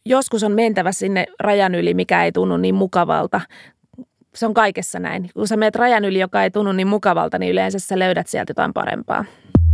joskus on mentävä sinne rajan yli, mikä ei tunnu niin mukavalta. Se on kaikessa näin. Kun sä meet rajan yli, joka ei tunnu niin mukavalta, niin yleensä sä löydät sieltä jotain parempaa.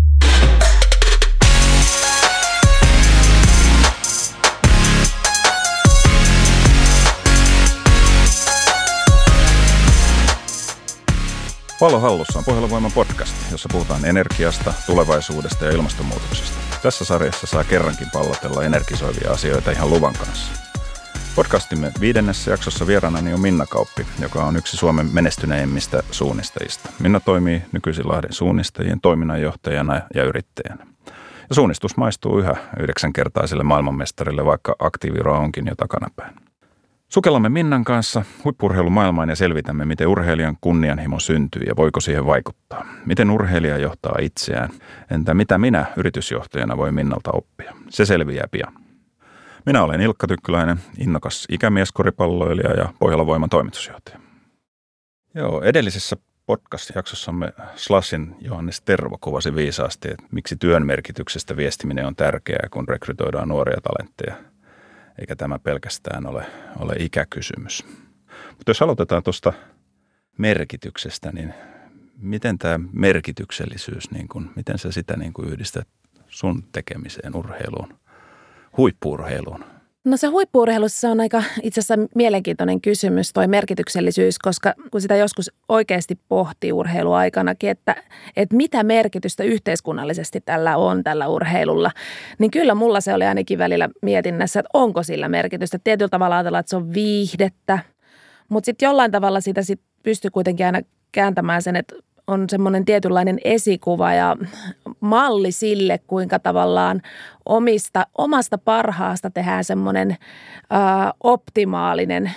Pallo hallussa on Pohjola-Voima podcast, jossa puhutaan energiasta, tulevaisuudesta ja ilmastonmuutoksesta. Tässä sarjassa saa kerrankin pallotella energisoivia asioita ihan luvan kanssa. Podcastimme 5. jaksossa vieraanani on Minna Kauppi, joka on yksi Suomen menestyneimmistä suunnistajista. Minna toimii nykyisin Lahden suunnistajien toiminnanjohtajana ja yrittäjänä. Ja suunnistus maistuu yhä 9-kertaiselle maailmanmestarille, vaikka aktiiviura onkin jo takanapäin. Sukellamme Minnan kanssa huippu-urheilumaailmaan ja selvitämme, miten urheilijan kunnianhimo syntyy ja voiko siihen vaikuttaa. Miten urheilija johtaa itseään. Entä mitä minä yritysjohtajana voin Minnalta oppia? Se selviää pian. Minä olen Ilkka Tykkyläinen, innokas ikämieskoripalloilija ja Pohjola-Voiman toimitusjohtaja. Joo, edellisessä podcast-jaksossamme Slashin Johannes Tervo kuvasi viisaasti, että miksi työn merkityksestä viestiminen on tärkeää, kun rekrytoidaan nuoria talentteja. Eikä tämä pelkästään ole ikäkysymys. Mutta jos aloitetaan tuosta merkityksestä, niin miten tämä merkityksellisyys, miten sä sitä yhdistät sun tekemiseen, urheiluun, huippu-urheiluun? No se huippu-urheilussa on aika itse asiassa mielenkiintoinen kysymys toi merkityksellisyys, koska kun sitä joskus oikeasti pohtii urheiluaikanakin, että mitä merkitystä yhteiskunnallisesti tällä urheilulla, niin kyllä mulla se oli ainakin välillä mietinnässä, että onko sillä merkitystä. Tietyllä tavalla ajatellaan, että se on viihdettä, mutta sitten jollain tavalla sitä sit pystyy kuitenkin aina kääntämään sen, että on semmoinen tietynlainen esikuva ja malli sille, kuinka tavallaan omasta parhaasta tehdään semmoinen optimaalinen,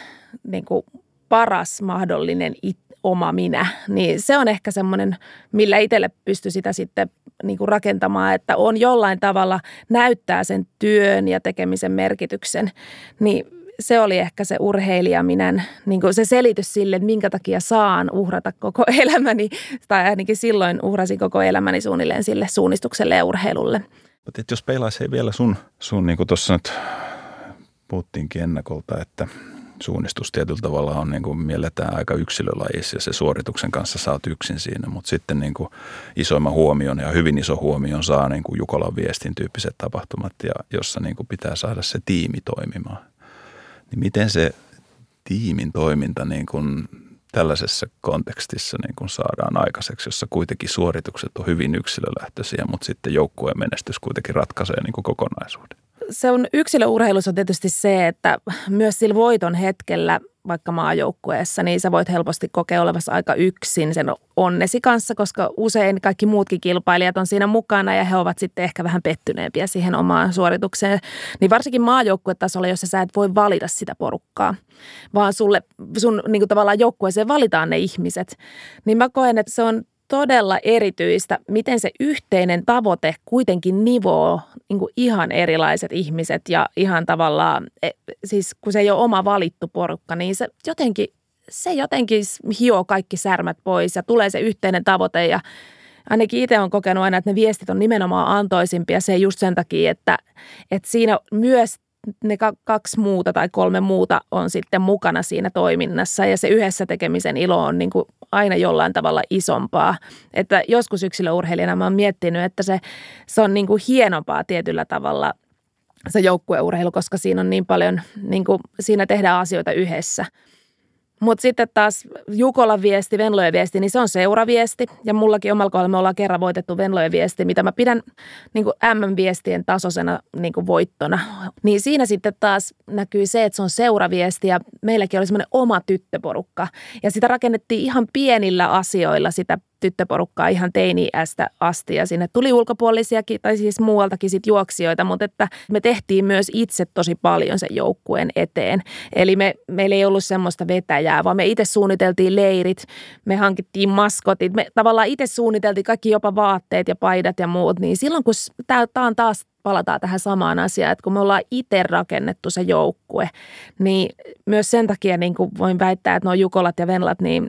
paras mahdollinen oma minä. Niin se on ehkä semmoinen, millä itselle pystyy sitä sitten rakentamaan, että on jollain tavalla näyttää sen työn ja tekemisen merkityksen, niin se oli ehkä se urheilijaminän, se selitys sille, että minkä takia saan uhrata koko elämäni, tai ainakin silloin uhrasin koko elämäni suunnilleen sille suunnistukselle ja urheilulle. Mutta jos peilaisi vielä sun niin kuin tuossa nyt puhuttiinkin ennakolta, että suunnistus tietyllä tavalla on mielletään aika yksilölajissa ja se suorituksen kanssa saat yksin siinä, mutta sitten isoimman huomion ja hyvin iso huomion saa Jukolan viestin tyyppiset tapahtumat, ja jossa pitää saada se tiimi toimimaan. Niin miten se tiimin toiminta tällaisessa kontekstissa saadaan aikaiseksi, jossa kuitenkin suoritukset on hyvin yksilölähtöisiä, mutta sitten joukkueen menestys kuitenkin ratkaisee kokonaisuuden? Se on yksilöurheilussa on tietysti se, että myös sillä voiton hetkellä, vaikka maajoukkueessa, niin sä voit helposti kokea olevassa aika yksin sen onnesi kanssa, koska usein kaikki muutkin kilpailijat on siinä mukana ja he ovat sitten ehkä vähän pettyneempiä siihen omaan suoritukseen. Niin varsinkin maajoukkuetasolla, jossa sä et voi valita sitä porukkaa, vaan sun tavallaan joukkueeseen valitaan ne ihmiset, niin mä koen, että se on todella erityistä, miten se yhteinen tavoite kuitenkin nivoo ihan erilaiset ihmiset ja ihan tavallaan, siis kun se ei ole oma valittu porukka, niin se jotenkin hioo kaikki särmät pois ja tulee se yhteinen tavoite, ja ainakin itse olen kokenut aina, että ne viestit on nimenomaan antoisimpia se just sen takia, että siinä myös ne 2 muuta tai 3 muuta on sitten mukana siinä toiminnassa ja se yhdessä tekemisen ilo on aina jollain tavalla isompaa. Että joskus yksilöurheilijana mä oon miettinyt, että se on hienompaa tietyllä tavalla se joukkueurheilu, koska siinä on niin paljon, siinä tehdään asioita yhdessä. Mutta sitten taas Jukolan viesti, Venlojen viesti, niin se on seuraviesti. Ja mullakin omalla kohdalla me ollaan kerran voitettu Venlojen viesti, mitä mä pidän MM-viestien tasoisena voittona. Niin siinä sitten taas näkyy se, että se on seuraviesti ja meilläkin oli semmoinen oma tyttöporukka. Ja sitä rakennettiin ihan pienillä asioilla sitä tyttöporukkaa ihan teini-iästä asti ja sinne tuli ulkopuolisiakin tai siis muualtakin sit juoksijoita, mutta että me tehtiin myös itse tosi paljon sen joukkueen eteen. Eli meillä ei ollut semmoista vetäjää, vaan me itse suunniteltiin leirit, me hankittiin maskotit, me tavallaan itse suunniteltiin kaikki jopa vaatteet ja paidat ja muut, niin silloin kun tämä on taas palataan tähän samaan asiaan, että kun me ollaan itse rakennettu se joukkue, niin myös sen takia voin väittää, että nuo Jukolat ja Venlat, niin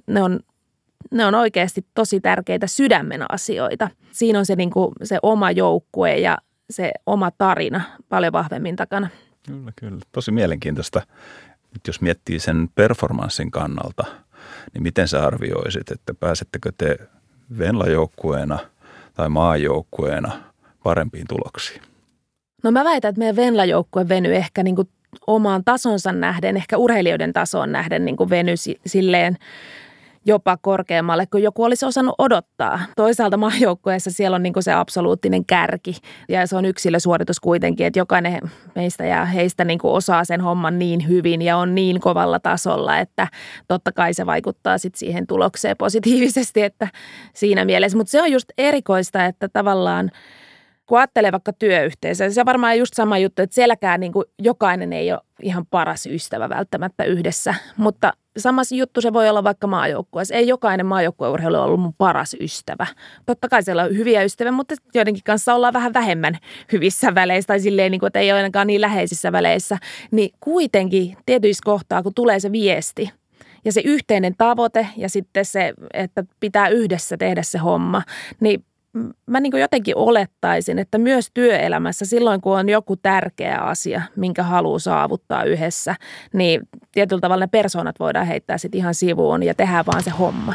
ne on oikeasti tosi tärkeitä sydämen asioita. Siinä on se oma joukkue ja se oma tarina paljon vahvemmin takana. Kyllä. Tosi mielenkiintoista. Nyt jos miettii sen performanssin kannalta, niin miten sä arvioisit, että pääsettekö te Venla-joukkueena tai maajoukkueena parempiin tuloksiin? No mä väitän, että meidän Venla-joukkue venyy ehkä niin kuin omaan tasonsa nähden, ehkä urheilijoiden tasoon nähden niin kuin venyi silleen jopa korkeammalle, kun joku olisi osannut odottaa. Toisaalta maajoukkueessa siellä on niin kuin se absoluuttinen kärki ja se on yksilösuoritus kuitenkin, että jokainen meistä ja heistä niin kuin osaa sen homman niin hyvin ja on niin kovalla tasolla, että totta kai se vaikuttaa sitten siihen tulokseen positiivisesti, että siinä mielessä. Mutta se on just erikoista, että tavallaan kun ajattelee vaikka työyhteisöä, se on varmaan just sama juttu, että sielläkään niin kuin jokainen ei ole ihan paras ystävä välttämättä yhdessä, mutta sama juttu se voi olla vaikka maajoukkueessa. Ei jokainen maajoukkueurheilu ole ollut mun paras ystävä. Totta kai siellä on hyviä ystäviä, mutta joidenkin kanssa ollaan vähän vähemmän hyvissä väleissä tai silleen, niin kuin, että ei ole ainakaan niin läheisissä väleissä. Niin kuitenkin tietyissä kohtaa, kun tulee se viesti ja se yhteinen tavoite ja sitten se, että pitää yhdessä tehdä se homma, niin mä niin kuin jotenkin olettaisin, että myös työelämässä silloin, kun on joku tärkeä asia, minkä haluaa saavuttaa yhdessä, niin tietyllä tavalla ne persoonat voidaan heittää sitten ihan sivuun ja tehdään vaan se homma.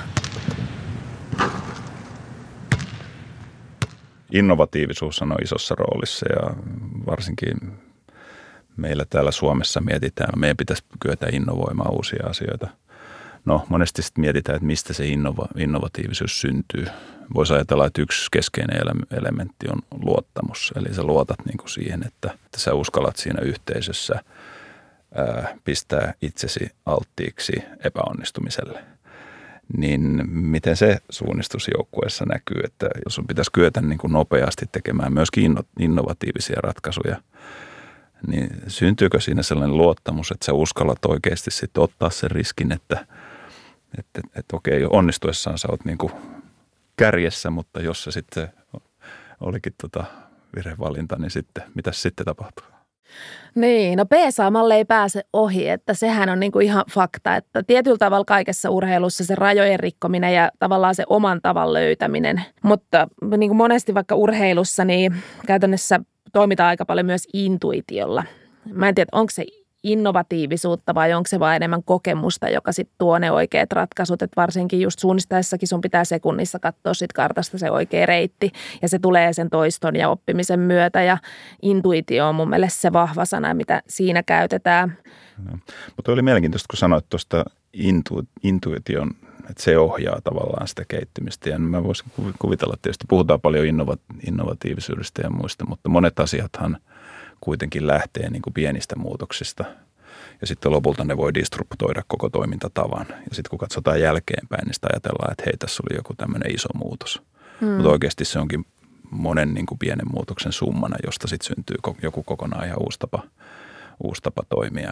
Innovatiivisuus on isossa roolissa ja varsinkin meillä täällä Suomessa mietitään, meidän pitäisi kyetä innovoimaan uusia asioita. No monesti sitten mietitään, että mistä se innovatiivisuus syntyy. Voisi ajatella, että yksi keskeinen elementti on luottamus. Eli sä luotat niin kuin siihen, että sä uskallat siinä yhteisössä pistää itsesi alttiiksi epäonnistumiselle. Niin miten se suunnistusjoukkueessa näkyy, että jos sun pitäisi kyetä niin kuin nopeasti tekemään myöskin innovatiivisia ratkaisuja, niin syntyykö siinä sellainen luottamus, että sä uskallat oikeasti sitten ottaa sen riskin, että okei, onnistuessaan sä oot niin kuin kärjessä, mutta jos se sitten olikin virhevalinta, niin sitten mitäs sitten tapahtuu? Niin, no peesaamalle ei pääse ohi, että sehän on niinku ihan fakta, että tietyllä tavalla kaikessa urheilussa se rajojen rikkominen ja tavallaan se oman tavan löytäminen, mutta niin kuin monesti vaikka urheilussa, niin käytännössä toimitaan aika paljon myös intuitiolla. Mä en tiedä, onko se innovatiivisuutta vai onko se vaan enemmän kokemusta, joka sitten tuo ne oikeat ratkaisut, että varsinkin just suunnistaessakin sun pitää sekunnissa katsoa sit kartasta se oikea reitti ja se tulee sen toiston ja oppimisen myötä ja intuitio on mun mielestä se vahva sana, mitä siinä käytetään. No, mutta oli mielenkiintoista, kun sanoit tuosta intuition, että se ohjaa tavallaan sitä kehittymistä ja mä voisin kuvitella, että tietysti puhutaan paljon innovatiivisuudesta ja muista, mutta monet asiathan kuitenkin lähtee niin kuin pienistä muutoksista ja sitten lopulta ne voi disruptoida koko toimintatavan. Ja sitten kun katsotaan jälkeenpäin, niin sitä ajatellaan, että hei, tässä oli joku tämmöinen iso muutos. Mutta oikeasti se onkin monen niin kuin pienen muutoksen summana, josta sitten syntyy joku kokonaan ihan uusi tapa toimia.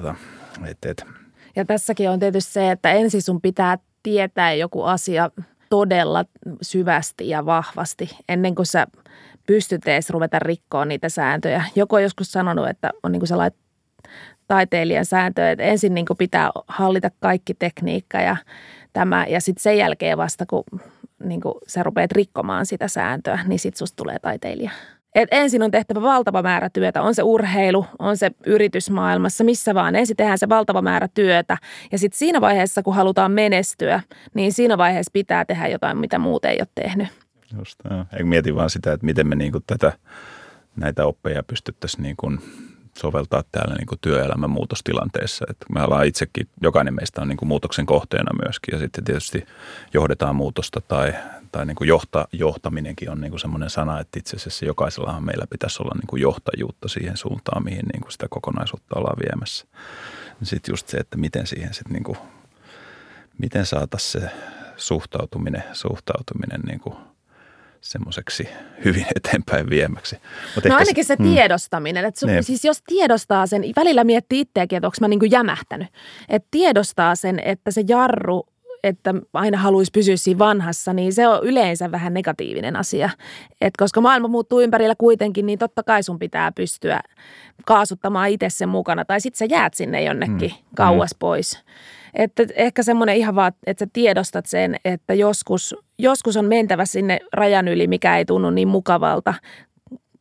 Ja tässäkin on tietysti se, että ensin sun pitää tietää joku asia todella syvästi ja vahvasti ennen kuin sä pystyt edes ruveta rikkoa niitä sääntöjä. Joku on joskus sanonut, että on niin kuin sellainen taiteilijan sääntö, että ensin niin kuin pitää hallita kaikki tekniikka ja tämä ja sitten sen jälkeen vasta kun niin kuin sä rupeat rikkomaan sitä sääntöä, niin sitten susta tulee taiteilija. Et ensin on tehtävä valtava määrä työtä, on se urheilu, on se yritysmaailmassa, missä vaan. Ensin tehdään se valtava määrä työtä ja sitten siinä vaiheessa, kun halutaan menestyä, niin siinä vaiheessa pitää tehdä jotain, mitä muut ei ole tehnyt. Just, eikö mieti vaan sitä, että miten me niin kuin näitä oppeja pystyttäisiin niin kuin soveltaa täällä niin kuin työelämän muutostilanteessa. Että me ollaan itsekin, jokainen meistä on niin kuin muutoksen kohteena myöskin ja sitten tietysti johdetaan muutosta tai niin kuin johtaminenkin on niin kuin semmoinen sana, että itse asiassa jokaisellahan meillä pitäisi olla niin kuin johtajuutta siihen suuntaan, mihin niin kuin sitä kokonaisuutta ollaan viemässä. Sitten just se, että miten siihen sitten niin kuin, miten saataisiin se suhtautuminen niin kuin semmoiseksi hyvin eteenpäin viemäksi. No ainakin se tiedostaminen, että siis jos tiedostaa sen, välillä miettii itseäkin, että onko mä niin kuin jämähtänyt, että tiedostaa sen, että se jarru, että aina haluaisi pysyä siinä vanhassa, niin se on yleensä vähän negatiivinen asia. Et koska maailma muuttuu ympärillä kuitenkin, niin totta kai sun pitää pystyä kaasuttamaan itse sen mukana, tai sitten sä jäät sinne jonnekin kauas pois. Että ehkä semmoinen ihan vaan, että sä tiedostat sen, että joskus on mentävä sinne rajan yli, mikä ei tunnu niin mukavalta,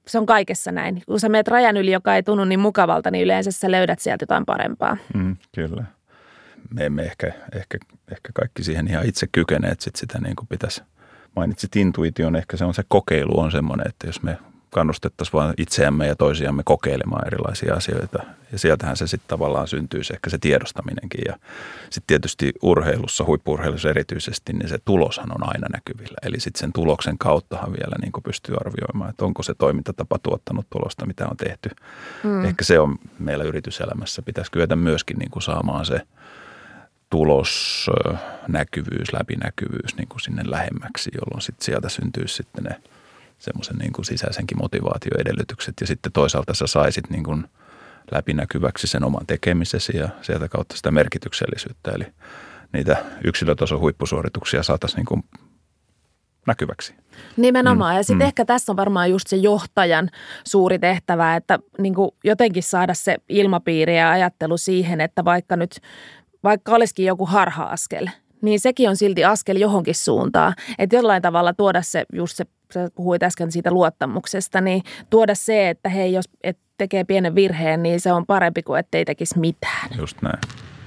se on kaikessa näin. Kun sä meet rajan yli, joka ei tunnu niin mukavalta, niin yleensä sä löydät sieltä jotain parempaa. Kyllä. Me emme ehkä kaikki siihen ihan itse kykene, että sitä niin kuin pitäisi. Mainitsit intuition, ehkä se kokeilu on semmoinen, että jos me kannustettaisiin vaan itseämme ja toisiamme kokeilemaan erilaisia asioita. Ja sieltähän se sitten tavallaan syntyisi ehkä se tiedostaminenkin. Ja sitten tietysti urheilussa, huippu-urheilussa erityisesti, niin se tuloshan on aina näkyvillä. Eli sitten sen tuloksen kauttahan vielä niin kuin pystyy arvioimaan, että onko se toimintatapa tuottanut tulosta, mitä on tehty. Ehkä se on meillä yrityselämässä. Pitäisi kyetä myöskin niin kuin saamaan se tulos, näkyvyys, läpinäkyvyys niin kuin sinne lähemmäksi, jolloin sitten sieltä syntyisi sitten ne semmoisen niin kuin sisäisenkin motivaatioedellytykset ja sitten toisaalta sä saisit niin kuin läpinäkyväksi sen oman tekemisesi ja sieltä kautta sitä merkityksellisyyttä. Eli niitä yksilötason huippusuorituksia saataisiin niin kuin näkyväksi. Nimenomaan. Ja sitten ehkä tässä on varmaan just se johtajan suuri tehtävä, että niin kuin jotenkin saada se ilmapiiri ja ajattelu siihen, että vaikka olisikin joku harha-askel, niin sekin on silti askel johonkin suuntaan. Että jollain tavalla tuoda se, just se, sä puhuit äsken siitä luottamuksesta, niin tuoda se, että hei, jos et tekee pienen virheen, niin se on parempi kuin ettei tekisi mitään. Just näin.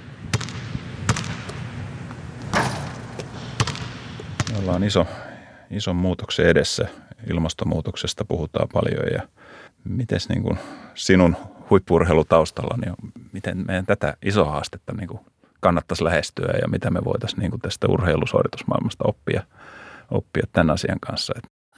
Me ollaan ison muutoksen edessä. Ilmastonmuutoksesta puhutaan paljon ja miten niin kuin sinun huippu-urheilutaustalla, niin miten meidän tätä isoa haastetta niin kuin kannattaisi lähestyä ja mitä me voitaisiin niin kuin tästä urheilusuoritusmaailmasta oppia tämän asian kanssa?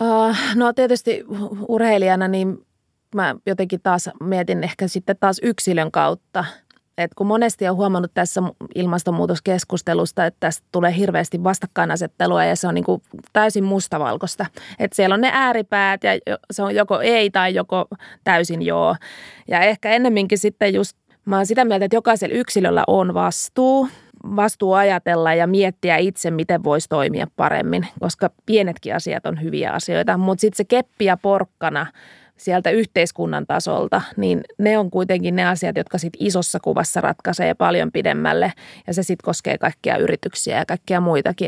No tietysti urheilijana niin mä jotenkin taas mietin ehkä sitten taas yksilön kautta. Et kun monesti on huomannut tässä ilmastonmuutoskeskustelusta, että tästä tulee hirveästi vastakkainasettelua ja se on niin kuin täysin mustavalkoista. Että siellä on ne ääripäät ja se on joko ei tai joko täysin joo. Ja ehkä ennemminkin sitten just mä oon sitä mieltä, että jokaisella yksilöllä on vastuu ajatella ja miettiä itse, miten voisi toimia paremmin, koska pienetkin asiat on hyviä asioita. Mutta sitten se keppi ja porkkana sieltä yhteiskunnan tasolta, niin ne on kuitenkin ne asiat, jotka sitten isossa kuvassa ratkaisee paljon pidemmälle. Ja se sitten koskee kaikkia yrityksiä ja kaikkia muitakin,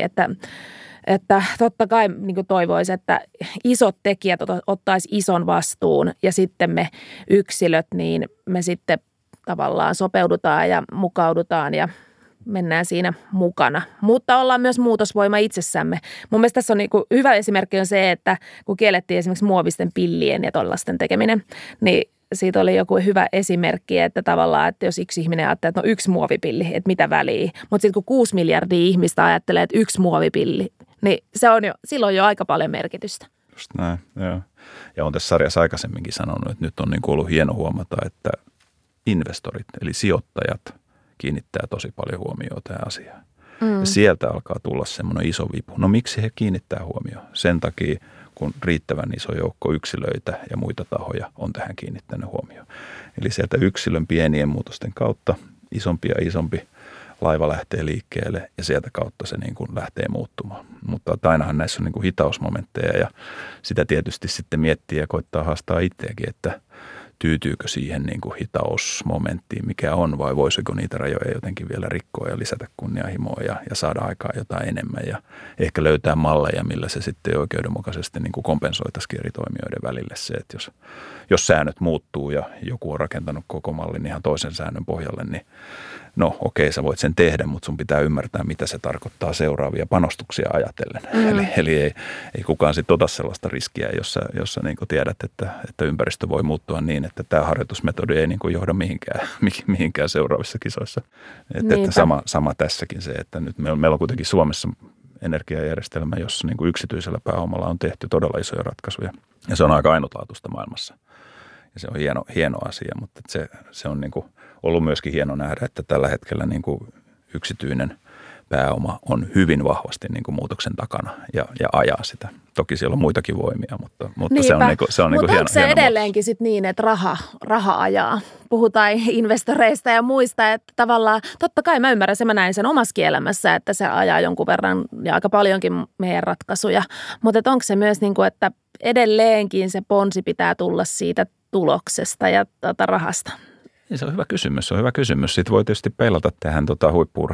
että totta kai niin toivoisi, että isot tekijät ottaisi ison vastuun ja sitten me yksilöt, niin me sitten tavallaan sopeudutaan ja mukaudutaan ja mennään siinä mukana. Mutta ollaan myös muutosvoima itsessämme. Mun mielestä tässä on hyvä esimerkki on se, että kun kiellettiin esimerkiksi muovisten pillien ja tollaisten tekeminen, niin siitä oli joku hyvä esimerkki, että tavallaan, että jos yksi ihminen ajattelee, että no yksi muovipilli, että mitä väliä. Mutta sitten kun 6 miljardia ihmistä ajattelee, että yksi muovipilli, niin silloin jo aika paljon merkitystä. Just näin, joo. Ja olen tässä sarjassa aikaisemminkin sanonut, että nyt on niin ollut hieno huomata, että investorit eli sijoittajat kiinnittää tosi paljon huomioon tähän asiaan. Ja sieltä alkaa tulla semmoinen iso vipu. No miksi he kiinnittää huomioon? Sen takia, kun riittävän iso joukko yksilöitä ja muita tahoja on tähän kiinnittänyt huomioon. Eli sieltä yksilön pienien muutosten kautta isompi ja isompi laiva lähtee liikkeelle ja sieltä kautta se niin kuin lähtee muuttumaan. Mutta ainahan näissä on niin kuin hitausmomentteja ja sitä tietysti sitten miettii ja koittaa haastaa itseäkin, että tyytyykö siihen niin kuin hitausmomenttiin, mikä on, vai voisiko niitä rajoja jotenkin vielä rikkoa ja lisätä kunnianhimoa ja saada aikaan jotain enemmän ja ehkä löytää malleja, millä se sitten oikeudenmukaisesti niin kuin kompensoitaisiin eri toimijoiden välille se, että jos säännöt muuttuu ja joku on rakentanut koko mallin ihan toisen säännön pohjalle, niin no okei, sä voit sen tehdä, mutta sun pitää ymmärtää, mitä se tarkoittaa seuraavia panostuksia ajatellen. Eli ei kukaan sitten ota sellaista riskiä, jossa niin kuin tiedät, että ympäristö voi muuttua niin, että tämä harjoitusmetodi ei niin kuin johda mihinkään seuraavissa kisoissa. Että sama tässäkin se, että nyt meillä on kuitenkin Suomessa energiajärjestelmä, jossa niin kuin yksityisellä pääomalla on tehty todella isoja ratkaisuja. Ja se on aika ainutlaatuista maailmassa. Ja se on hieno asia, mutta se on niin kuin ollut myöskin hieno nähdä, että tällä hetkellä niin kuin yksityinen pääoma on hyvin vahvasti niin kuin muutoksen takana ja ajaa sitä. Toki siellä on muitakin voimia, mutta se on, niin kuin hieno. Onko se edelleenkin sitten niin, että raha ajaa? Puhutaan investoreista ja muista, että tavallaan, totta kai mä ymmärrän sen, mä näin sen omassa elämässä, että se ajaa jonkun verran ja aika paljonkin meidän ratkaisuja. Mutta onko se myös niin kuin, että edelleenkin se ponsi pitää tulla siitä tuloksesta ja rahasta? Se on hyvä kysymys. Sitten voi tietysti peilata tähän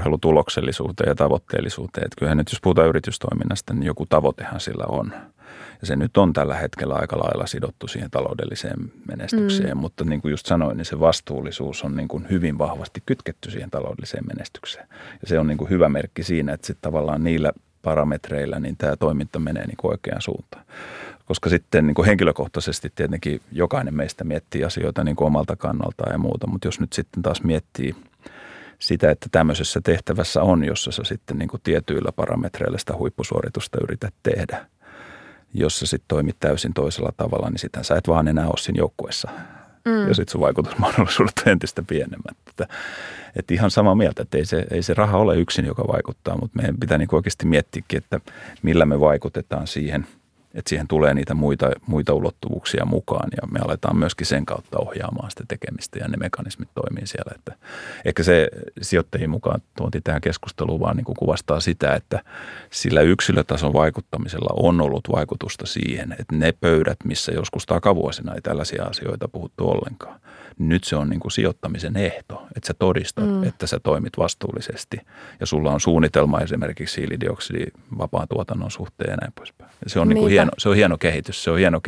huippu-urheilutuloksellisuuteen ja tavoitteellisuuteen. Että kyllähän nyt jos puhutaan yritystoiminnasta, niin joku tavoitehan sillä on. Ja se nyt on tällä hetkellä aika lailla sidottu siihen taloudelliseen menestykseen, mutta niin kuin just sanoin, niin se vastuullisuus on niin kuin hyvin vahvasti kytketty siihen taloudelliseen menestykseen. Ja se on niin kuin hyvä merkki siinä, että sitten tavallaan niillä parametreillä niin tämä toiminta menee niin kuin oikeaan suuntaan. Koska sitten niin kuin henkilökohtaisesti tietenkin jokainen meistä miettii asioita niin kuin omalta kannaltaan ja muuta, mutta jos nyt sitten taas miettii sitä, että tämmöisessä tehtävässä on, jossa sä sitten niin kuin tietyillä parametreillä sitä huippusuoritusta yrität tehdä, jos sä sitten toimit täysin toisella tavalla, niin sitten sä et vaan enää ole siinä joukkueessa. Ja sitten sun vaikutusmahdollisuudet on entistä pienemmät. Että ihan samaa mieltä, että ei se raha ole yksin, joka vaikuttaa, mutta meidän pitää niin oikeasti miettiäkin, että millä me vaikutetaan siihen, että siihen tulee niitä muita ulottuvuuksia mukaan ja me aletaan myöskin sen kautta ohjaamaan sitä tekemistä ja ne mekanismit toimii siellä. Että ehkä se sijoittajien mukaan tuonti tähän keskusteluun vaan niin kuin kuvastaa sitä, että sillä yksilötason vaikuttamisella on ollut vaikutusta siihen, että ne pöydät, missä joskus takavuosina ei tällaisia asioita puhuttu ollenkaan. Nyt se on niin kuin sijoittamisen ehto, että sä todistat, että sä toimit vastuullisesti ja sulla on suunnitelma esimerkiksi hiilidioksidin vapaan tuotannon suhteen ja näin poispäin. Ja se on, niin kuin se on hieno kehitys,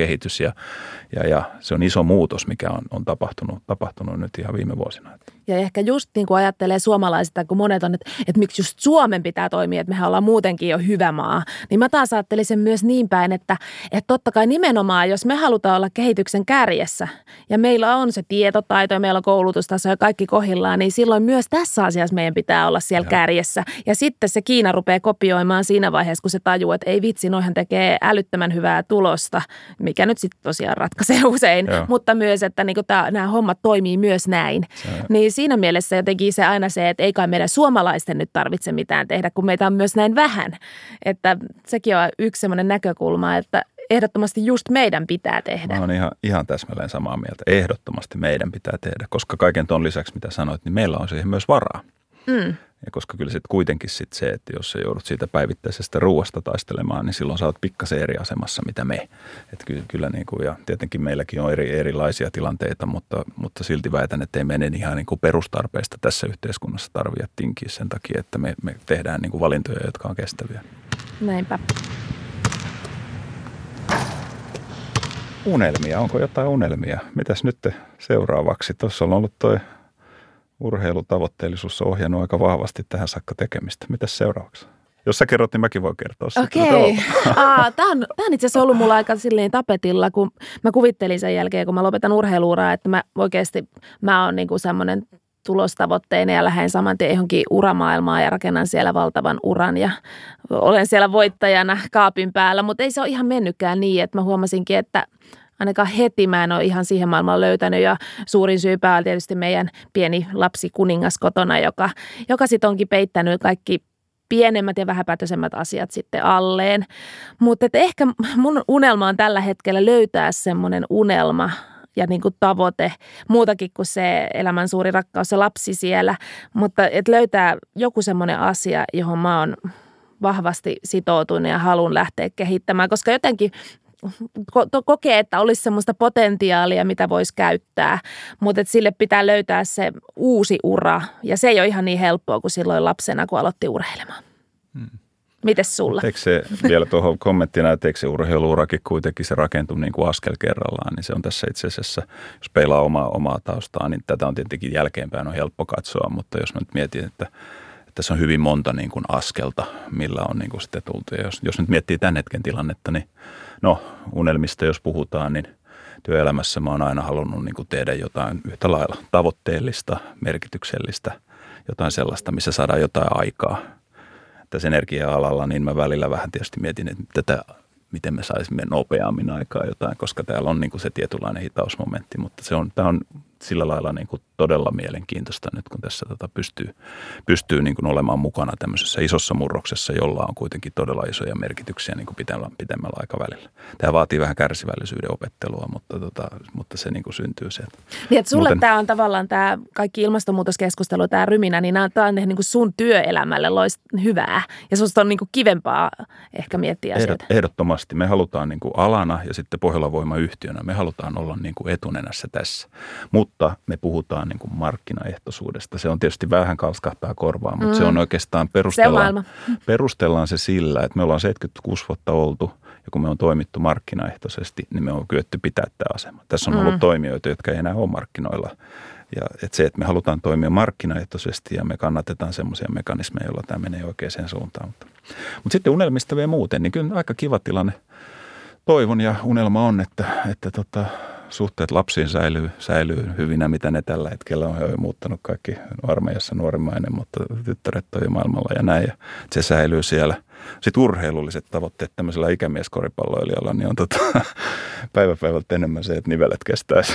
ja se on iso muutos, mikä on tapahtunut nyt ihan viime vuosina. Ja ehkä just niin kuin ajattelee suomalaisista, kun monet on, että miksi just Suomen pitää toimia, että mehän ollaan muutenkin jo hyvä maa, niin mä taas ajattelisin myös niin päin, että totta kai nimenomaan, jos me halutaan olla kehityksen kärjessä ja meillä on se tietotaito ja meillä on koulutustaso ja kaikki kohdillaan, niin silloin myös tässä asiassa meidän pitää olla siellä kärjessä. Ja sitten se Kiina rupeaa kopioimaan siinä vaiheessa, kun se tajuu, että ei vitsi, noihän tekee älyttömän hyvää tulosta, mikä nyt sitten tosiaan ratkaisee usein, mutta myös, että niin nämä hommat toimii myös näin. Niin siinä mielessä jotenkin se aina se, että ei kai meidän suomalaisten nyt tarvitse mitään tehdä, kun meitä on myös näin vähän. Että sekin on yksi semmoinen näkökulma, että ehdottomasti just meidän pitää tehdä. Mä oon ihan täsmälleen samaa mieltä. Ehdottomasti meidän pitää tehdä, koska kaiken ton lisäksi, mitä sanoit, niin meillä on siihen myös varaa. Ja koska kyllä sitten kuitenkin sit se, että jos sä joudut siitä päivittäisestä ruuasta taistelemaan, niin silloin sä oot pikkasen eri asemassa, mitä me. Että kyllä niin kuin, ja tietenkin meilläkin on erilaisia tilanteita, mutta silti väitän, että ei meidän ihan niin kuin perustarpeista tässä yhteiskunnassa tarvitse tinkiä sen takia, että me tehdään niin kuin valintoja, jotka on kestäviä. Näinpä. Unelmia, onko jotain unelmia? Mitäs nyt seuraavaksi? Tuossa on ollut toi urheilutavoitteellisuus on ohjannut aika vahvasti tähän saakka tekemistä. Mitäs seuraavaksi? Jos sä kerrot, niin mäkin voin kertoa. Okei. Tämä on itse asiassa ollut mulla aika silleen tapetilla, kun mä kuvittelin sen jälkeen, kun mä lopetan urheiluuraa, että mä oon niinku semmoinen tulostavoitteinen ja lähden saman tien johonkin uramaailmaan ja rakennan siellä valtavan uran ja olen siellä voittajana kaapin päällä, mutta ei se ole ihan mennytkään niin, että mä huomasinkin, että ainakaan heti mä en ole ihan siihen maailmaan löytänyt ja suurin syypää on tietysti meidän pieni lapsi kuningas kotona, joka sitten onkin peittänyt kaikki pienemmät ja vähäpätöisemmät asiat sitten alleen. Mutta ehkä mun unelma on tällä hetkellä löytää semmoinen unelma ja niin kuin tavoite, muutakin kuin se elämän suuri rakkaus, se lapsi siellä, mutta että löytää joku semmoinen asia, johon mä oon vahvasti sitoutunut ja haluan lähteä kehittämään, koska jotenkin kokee, että olisi semmoista potentiaalia, mitä voisi käyttää, mutta sille pitää löytää se uusi ura ja se ei ole ihan niin helppoa kuin silloin lapsena, kun aloitti urheilemaan. Mites sulla? Eikö se vielä tuohon kommenttina, että eikö se urheiluurakin kuitenkin se rakentuu niin kuin askel kerrallaan, niin se on tässä itse asiassa, jos peilaa omaa taustaa, niin tätä on tietenkin jälkeenpäin on helppo katsoa, mutta jos mä nyt mietin, että tässä on hyvin monta niin kuin askelta, millä on niin kuin sitten tultu. Ja jos nyt miettii tämän hetken tilannetta, niin unelmista jos puhutaan, niin työelämässä mä oon aina halunnut niin kuin tehdä jotain yhtä lailla tavoitteellista, merkityksellistä, jotain sellaista, missä saadaan jotain aikaa. Tässä energia-alalla, niin mä välillä vähän tietysti mietin, että miten me saisimme nopeammin aikaa jotain, koska täällä on niin kuin se tietynlainen hitausmomentti, mutta tämä on sillä lailla niin kuin todella mielenkiintoista nyt, kun tässä pystyy niin kuin olemaan mukana tämmöisessä isossa murroksessa, jolla on kuitenkin todella isoja merkityksiä niin kuin pitemmällä aikavälillä. Tämä vaatii vähän kärsivällisyyden opettelua, mutta se niin kuin syntyy sieltä. Niin, että sulle tämä on tavallaan tämä kaikki ilmastonmuutoskeskustelu, tämä ryminä, niin tämä on niin kuin sun työelämälle hyvää ja susta on niin kuin kivempaa ehkä miettiä asioita. Ehdottomasti. Me halutaan niin kuin alana ja sitten Pohjolan Voima-yhtiönä, me halutaan olla niin kuin etunenässä tässä, mutta me puhutaan niin kuin markkinaehtoisuudesta. Se on tietysti vähän kalskahtaa korvaa, mutta se on oikeastaan perustellaan se sillä, että me ollaan 76 vuotta oltu Ja kun me on toimittu markkinaehtoisesti, niin me on kyetty pitää tämä asema. Tässä on ollut toimijoita, jotka ei enää ole markkinoilla. Ja että se, että me halutaan toimia markkinaehtoisesti ja me kannatetaan semmoisia mekanismeja, joilla tämä menee oikeaan suuntaan. Mutta sitten unelmista vielä muuten, niin kyllä aika kiva tilanne. Toivon ja unelma on, että suhteet lapsiin säilyy hyvinä, mitä ne tällä hetkellä on. He on muuttanut kaikki armeijassa nuorimmainen, mutta tyttäret on jo maailmalla ja näin. Ja se säilyy siellä. Sitten urheilulliset tavoitteet tämmöisellä ikämieskoripalloilijalla, niin on päivältä enemmän se, että nivelet kestäisi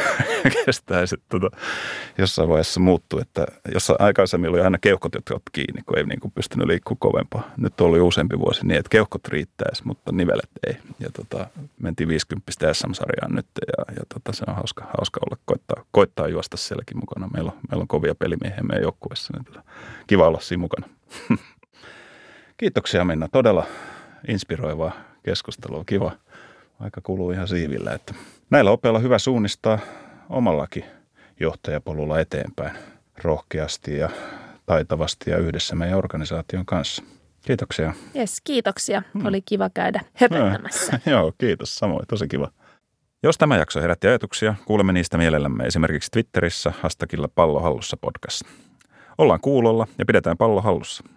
jossain vaiheessa muuttuu. Että jossain aikaisemmin oli aina keuhkot, jotka otti kiinni, kun ei niin kuin pystynyt liikkumaan kovempaa. Nyt on ollut useampi vuosi niin, että keuhkot riittäisi, mutta nivelet ei. Ja mentiin 50 SM-sarjaan nyt ja se on hauska olla, koittaa juosta sielläkin mukana. Meillä on kovia pelimiehiä meidän joukkueessa, niin kiva olla siinä mukana. Kiitoksia Minna, todella inspiroivaa keskustelua, kiva. Aika kuluu ihan siivillä, että näillä opeilla on hyvä suunnistaa omallakin johtajapolulla eteenpäin rohkeasti ja taitavasti ja yhdessä meidän organisaation kanssa. Kiitoksia. Jes, kiitoksia. Oli kiva käydä höpöttämässä. Joo, kiitos. Samoin, tosi kiva. Jos tämä jakso herätti ajatuksia, kuulemme niistä mielellämme esimerkiksi Twitterissä hashtagilla Pallo hallussa podcast. Ollaan kuulolla ja pidetään pallo hallussa.